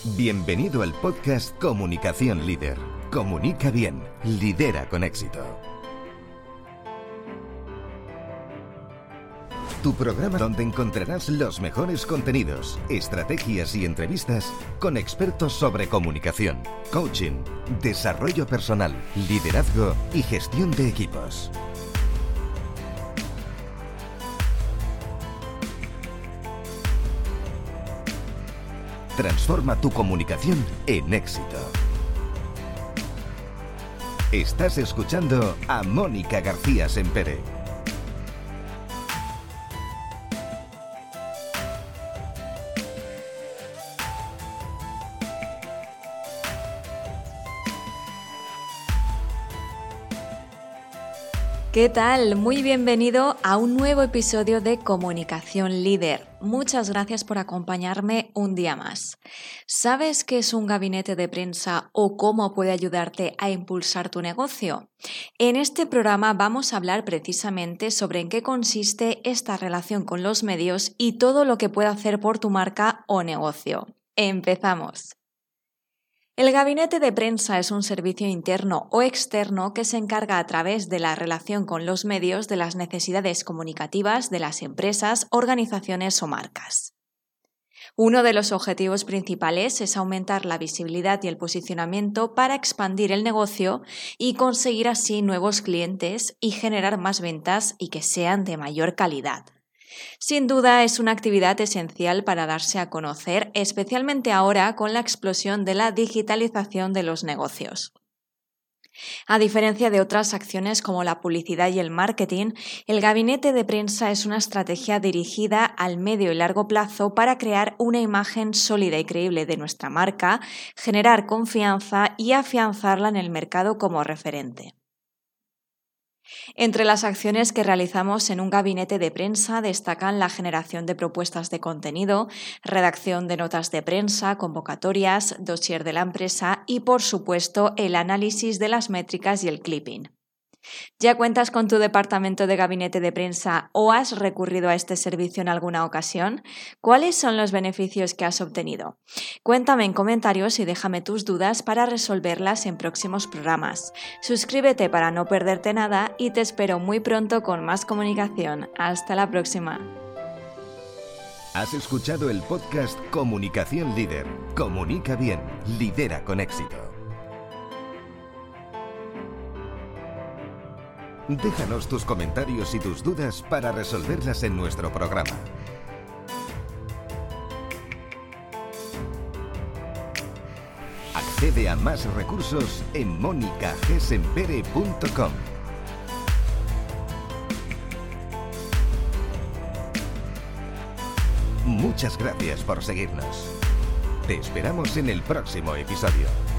Bienvenido al podcast Comunicación Líder. Comunica bien, lidera con éxito. Tu programa donde encontrarás los mejores contenidos, estrategias y entrevistas con expertos sobre comunicación, coaching, desarrollo personal, liderazgo y gestión de equipos. Transforma tu comunicación en éxito. Estás escuchando a Mónica García Sempere. ¿Qué tal? Muy bienvenido a un nuevo episodio de Comunicación Líder. Muchas gracias por acompañarme un día más. ¿Sabes qué es un gabinete de prensa o cómo puede ayudarte a impulsar tu negocio? En este programa vamos a hablar precisamente sobre en qué consiste esta relación con los medios y todo lo que puede hacer por tu marca o negocio. ¡Empezamos! El gabinete de prensa es un servicio interno o externo que se encarga a través de la relación con los medios de las necesidades comunicativas de las empresas, organizaciones o marcas. Uno de los objetivos principales es aumentar la visibilidad y el posicionamiento para expandir el negocio y conseguir así nuevos clientes y generar más ventas y que sean de mayor calidad. Sin duda es una actividad esencial para darse a conocer, especialmente ahora con la explosión de la digitalización de los negocios. A diferencia de otras acciones como la publicidad y el marketing, el gabinete de prensa es una estrategia dirigida al medio y largo plazo para crear una imagen sólida y creíble de nuestra marca, generar confianza y afianzarla en el mercado como referente. Entre las acciones que realizamos en un gabinete de prensa destacan la generación de propuestas de contenido, redacción de notas de prensa, convocatorias, dossier de la empresa y, por supuesto, el análisis de las métricas y el clipping. ¿Ya cuentas con tu departamento de gabinete de prensa o has recurrido a este servicio en alguna ocasión? ¿Cuáles son los beneficios que has obtenido? Cuéntame en comentarios y déjame tus dudas para resolverlas en próximos programas. Suscríbete para no perderte nada y te espero muy pronto con más comunicación. Hasta la próxima. Has escuchado el podcast Comunicación Líder. Comunica bien, lidera con éxito. Déjanos tus comentarios y tus dudas para resolverlas en nuestro programa. Accede a más recursos en monicagSempere.com. Muchas gracias por seguirnos. Te esperamos en el próximo episodio.